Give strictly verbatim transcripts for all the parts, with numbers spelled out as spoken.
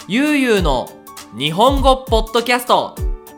ゆうゆうの日本語ポッドキャスト。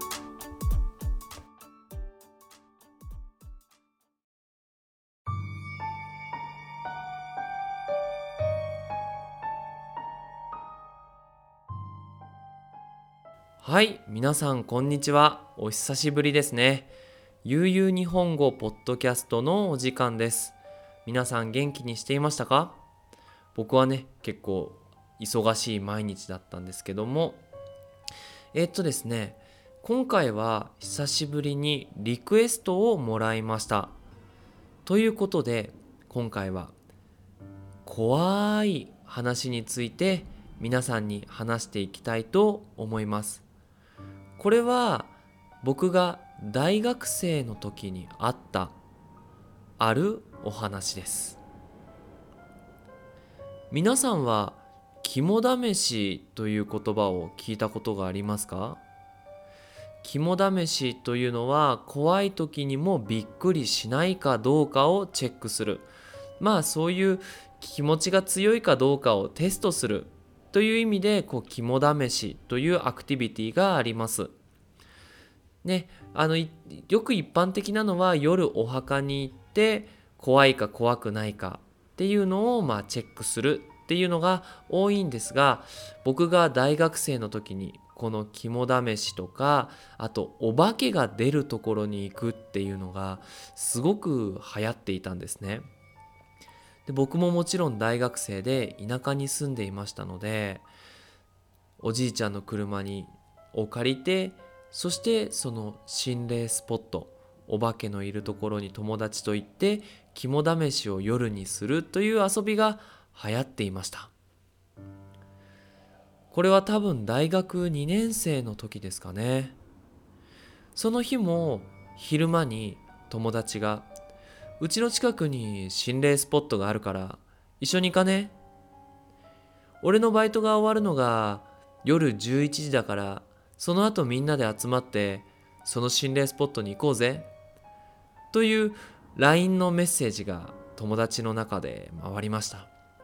はい、皆さんこんにちは。お久しぶりですね。ゆうゆう日本語ポッドキャストのお時間です。皆さん元気にしていましたか？僕はね、結構忙しい毎日だったんですけども、えっとですね、今回は久しぶりにリクエストをもらいました。ということで、今回は怖い話について皆さんに話していきたいと思います。これは僕が大学生の時にあったあるお話です。皆さんは肝試しという言葉を聞いたことがありますか？肝試しというのは怖い時にもびっくりしないかどうかをチェックする。まあそういう気持ちが強いかどうかをテストするという意味でこう肝試しというアクティビティがあります。ね、あのいよく一般的なのは夜お墓に行って怖いか怖くないかっていうのをまあチェックするっていうのが多いんですが、僕が大学生の時にこの肝試しとか、あとお化けが出るところに行くっていうのがすごく流行っていたんですね。で、僕ももちろん大学生で田舎に住んでいましたので、おじいちゃんの車にを借りて、そしてその心霊スポット、お化けのいるところに友達と行って肝試しを夜にするという遊びが流行っていました。これは多分大学にねん生の時ですかね。その日も昼間に友達が、うちの近くに心霊スポットがあるから一緒に行かね？俺のバイトが終わるのが夜じゅういちじだから、その後みんなで集まってその心霊スポットに行こうぜという ライン のメッセージが友達の中で回りました。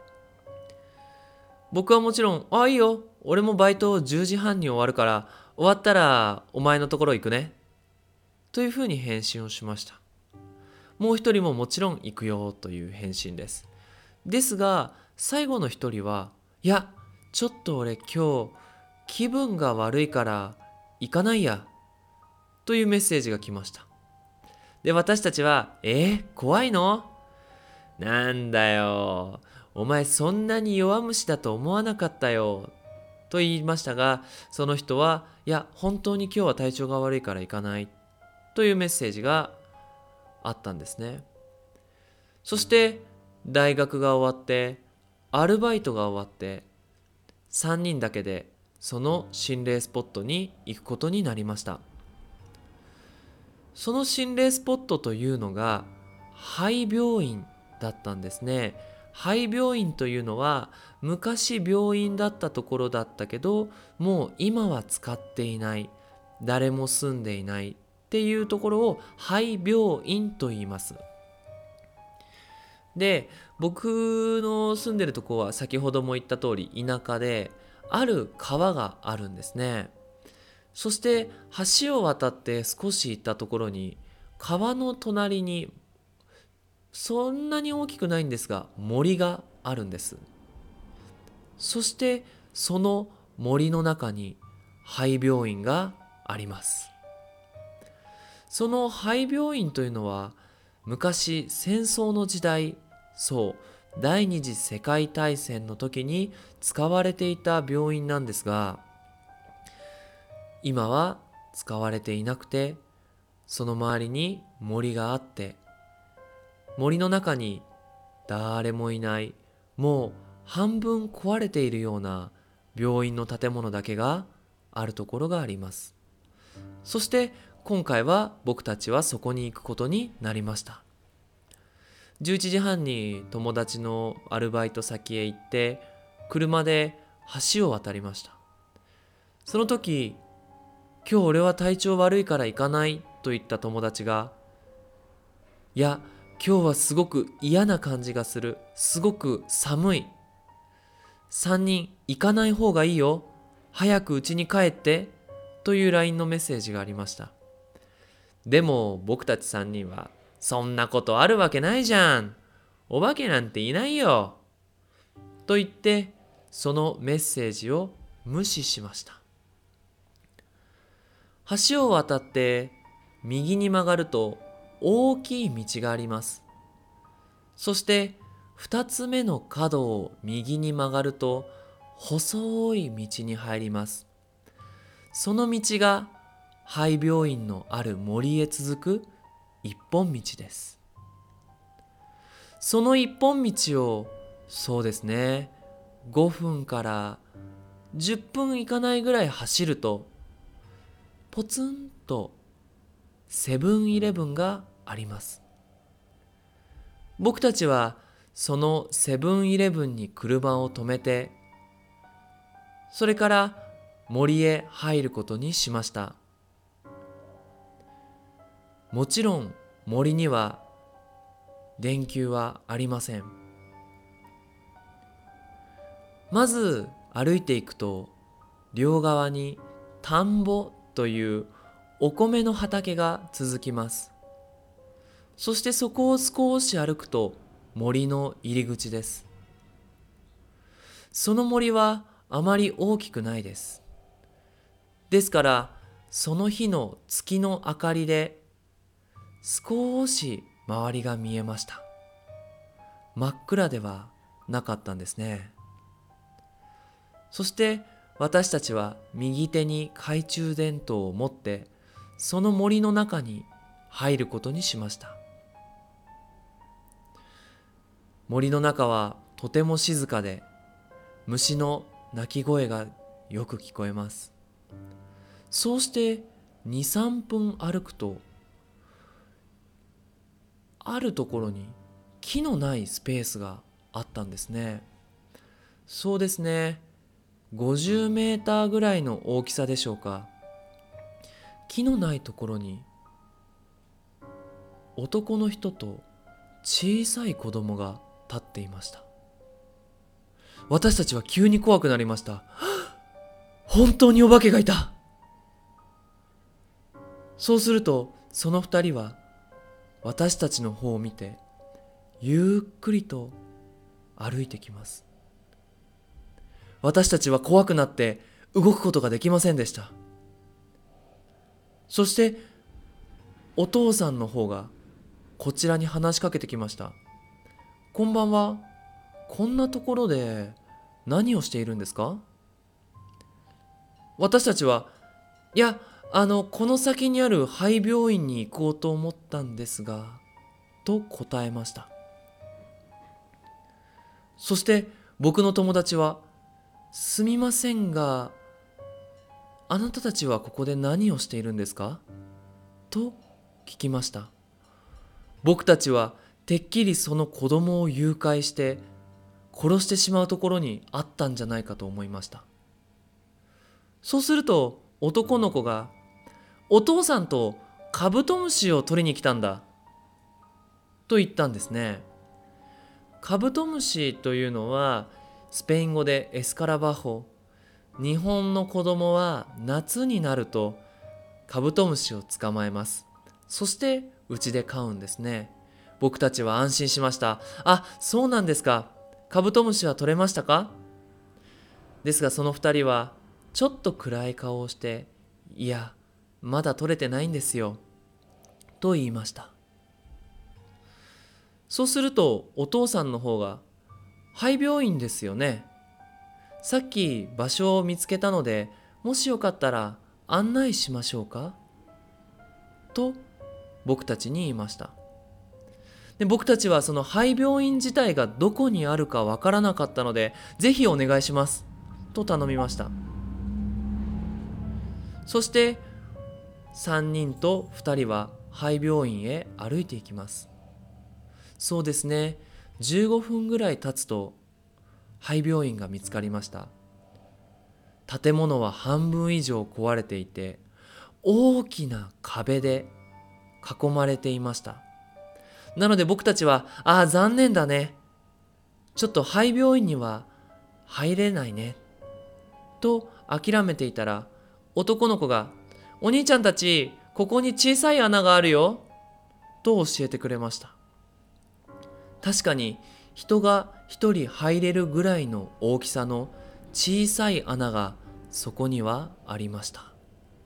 僕はもちろん、あ、いいよ、俺もバイトじゅうじはんに終わるから終わったらお前のところ行くねというふうに返信をしました。もう一人ももちろん行くよという返信です。ですが最後の一人は、いやちょっと俺今日気分が悪いから行かないやというメッセージが来ました。で、私たちは、えー、怖いの？なんだよ、お前そんなに弱虫だと思わなかったよと言いましたが、その人は、いや本当に今日は体調が悪いから行かないというメッセージがあったんですね。そして大学が終わってアルバイトが終わってさんにんだけでその心霊スポットに行くことになりました。その心霊スポットというのが廃病院だったんですね。廃病院というのは昔病院だったところだったけど、もう今は使っていない、誰も住んでいないっていうところを廃病院と言います。で、僕の住んでるところは先ほども言った通り田舎で、ある川があるんですね。そして橋を渡って少し行ったところに、川の隣にそんなに大きくないんですが森があるんです。そしてその森の中に廃病院があります。その廃病院というのは昔戦争の時代、そう第二次世界大戦の時に使われていた病院なんですが、今は使われていなくて、その周りに森があって、森の中に誰もいない、もう半分壊れているような病院の建物だけがあるところがあります。そして今回は僕たちはそこに行くことになりました。じゅういちじはんに友達のアルバイト先へ行って車で橋を渡りました。その時、今日俺は体調悪いから行かないと言った友達が、いや今日はすごく嫌な感じがする、すごく寒い、さんにん行かない方がいいよ、 早く家に帰ってという ライン のメッセージがありました。でも僕たちさんにんは、そんなことあるわけないじゃん。お化けなんていないよ。と言って、そのメッセージを無視しました。橋を渡って右に曲がると大きい道があります。そして二つ目の角を右に曲がると細い道に入ります。その道が廃病院のある森へ続く一本道です。その一本道を、そうですね、ごふんからじゅっぷんいかないぐらい走ると、ポツンとセブンイレブンがあります。僕たちはそのセブンイレブンに車を止めて、それから森へ入ることにしました。もちろん森には電球はありません。まず歩いていくと、両側に田んぼというお米の畑が続きます。そしてそこを少し歩くと森の入り口です。その森はあまり大きくないです。ですからその日の月の明かりで少し周りが見えました。真っ暗ではなかったんですね。そして私たちは右手に懐中電灯を持ってその森の中に入ることにしました。森の中はとても静かで、虫の鳴き声がよく聞こえます。そうしてに、さんぷん歩くと、あるところに木のないスペースがあったんですね。そうですね、ごじゅうメーターぐらいの大きさでしょうか。木のないところに男の人と小さい子供が立っていました。私たちは急に怖くなりました。本当にお化けがいた。そうするとその二人は私たちの方を見てゆっくりと歩いてきます。私たちは怖くなって動くことができませんでした。そしてお父さんの方がこちらに話しかけてきました。こんばんは。こんなところで何をしているんですか？私たちは、いや、あの、この先にある廃病院に行こうと思ったんですが、と答えました。そして僕の友達は、すみませんが、あなたたちはここで何をしているんですか？と聞きました。僕たちはてっきりその子供を誘拐して殺してしまうところにあったんじゃないかと思いました。そうすると男の子が、お父さんとカブトムシを取りに来たんだと言ったんですね。カブトムシというのはスペイン語でエスカラバホ。日本の子供は夏になるとカブトムシを捕まえます。そしてうちで飼うんですね。僕たちは安心しました。あ、そうなんですか。カブトムシは取れましたか？ですがその二人はちょっと暗い顔をして、いや、まだ取れてないんですよ、と言いました。そうするとお父さんの方が、廃病院ですよね。さっき場所を見つけたので、もしよかったら案内しましょうか、と僕たちに言いました。で、僕たちはその廃病院自体がどこにあるかわからなかったので、ぜひお願いしますと頼みました。そしてさんにんとふたりは廃病院へ歩いていきます。そうですね、じゅうごふんぐらい経つと廃病院が見つかりました。建物は半分以上壊れていて、大きな壁で囲まれていました。なので僕たちは、ああ、残念だね。ちょっと廃病院には入れないね。 と諦めていたら、男の子がお兄ちゃんたち、ここに小さい穴があるよと教えてくれました。確かに人が一人入れるぐらいの大きさの小さい穴がそこにはありました。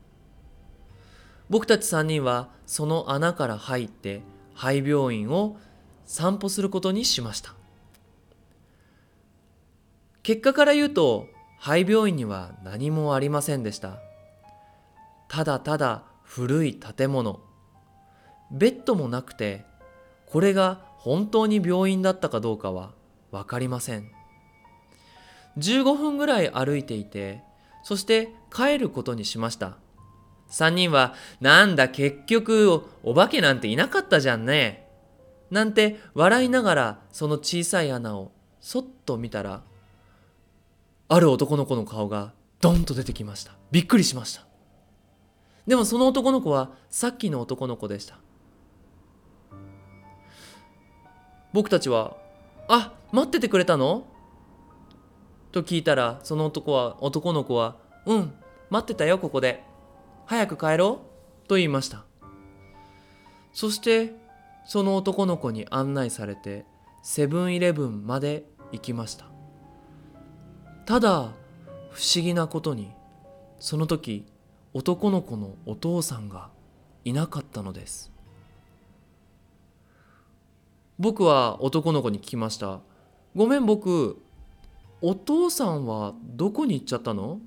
僕たちさんにんはその穴から入って廃病院を散歩することにしました。結果から言うと、廃病院には何もありませんでした。ただただ古い建物、ベッドもなくて、これが本当に病院だったかどうかはわかりません。じゅうごふんぐらい歩いていて、そして帰ることにしました。さんにんは、なんだ結局お化けなんていなかったじゃんね。なんて笑いながらその小さい穴をそっと見たら、ある男の子の顔がドンと出てきました。びっくりしました。でもその男の子はさっきの男の子でした。僕たちは、あ、待っててくれたのと聞いたら、その男は男の子は、うん、待ってたよここで。早く帰ろうと言いました。そしてその男の子に案内されてセブンイレブンまで行きました。ただ不思議なことに、その時男の子のお父さんがいなかったのです。僕は男の子に聞きました。ごめん、僕、お父さんはどこに行っちゃったの？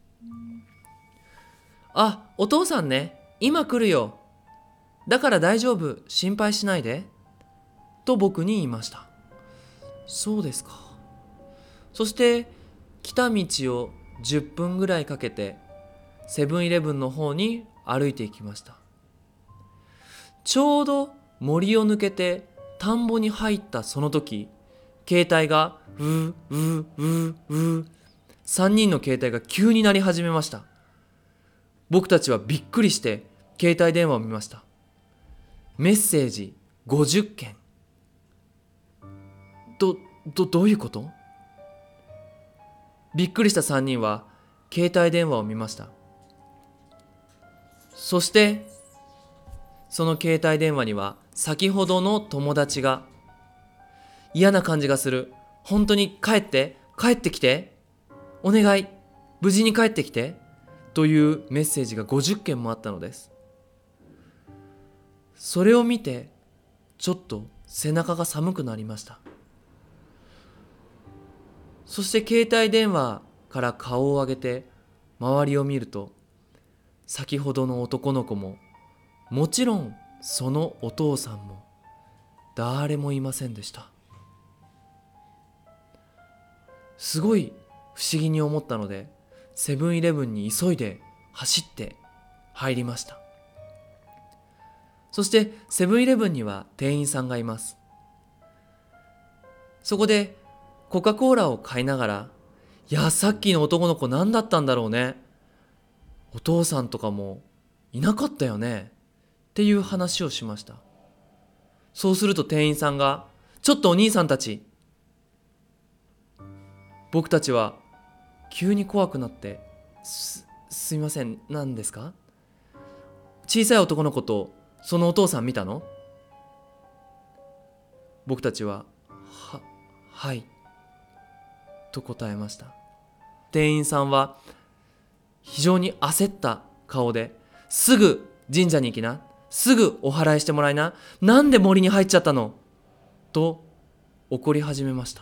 あ、お父さんね、今来るよ。だから大丈夫、心配しないで。と僕に言いました。そうですか。そして来た道をじゅっぷんぐらいかけてセブンイレブンの方に歩いていきました。ちょうど森を抜けて田んぼに入ったその時、携帯がうーうーうーうーさんにんの携帯が急に鳴り始めました。僕たちはびっくりして携帯電話を見ました。メッセージごじゅっけん。ど、ど、どういうこと？びっくりしたさんにんは携帯電話を見ました。そしてその携帯電話には先ほどの友達が、嫌な感じがする。本当に帰って、帰ってきて。お願い、無事に帰ってきて。というメッセージがごじゅっけんもあったのです。それを見て、ちょっと背中が寒くなりました。そして携帯電話から顔を上げて周りを見ると、先ほどの男の子も、もちろんそのお父さんも誰もいませんでした。すごい不思議に思ったので、セブンイレブンに急いで走って入りました。そしてセブンイレブンには店員さんがいます。そこでコカ・コーラを買いながら、いや、さっきの男の子何だったんだろうね。お父さんとかもいなかったよね。っていう話をしました。そうすると店員さんが、ちょっとお兄さんたち。僕たちは急に怖くなって、す、すみません、何ですか？小さい男の子とそのお父さん見たの？僕たちは、は、はいと答えました。店員さんは非常に焦った顔で、すぐ神社に行きな、すぐお祓いしてもらいな、なんで森に入っちゃったのと怒り始めました。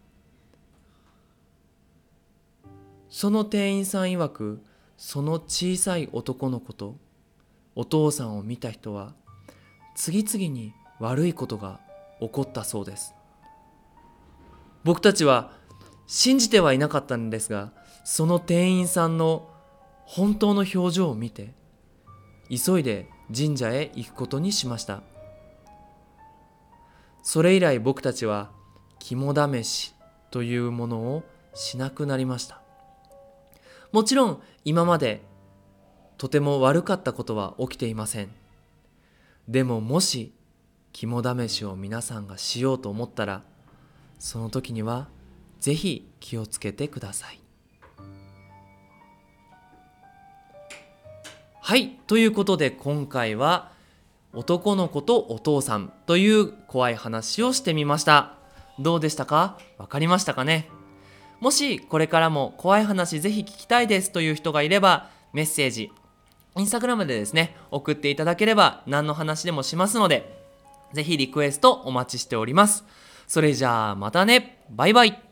その店員さん曰く、その小さい男の子とお父さんを見た人は次々に悪いことが起こったそうです。僕たちは信じてはいなかったんですが、その店員さんの本当の表情を見て、急いで神社へ行くことにしました。それ以来僕たちは肝試しというものをしなくなりました。もちろん今までとても悪かったことは起きていません。でももし肝試しを皆さんがしようと思ったら、その時にはぜひ気をつけてください。 はい、ということで今回は男の子とお父さんという怖い話をしてみました。どうでしたか？わかりましたかね？もしこれからも怖い話ぜひ聞きたいですという人がいれば、メッセージ、インスタグラムでですね、送っていただければ何の話でもしますので、ぜひリクエストお待ちしております。それじゃあまたね、バイバイ。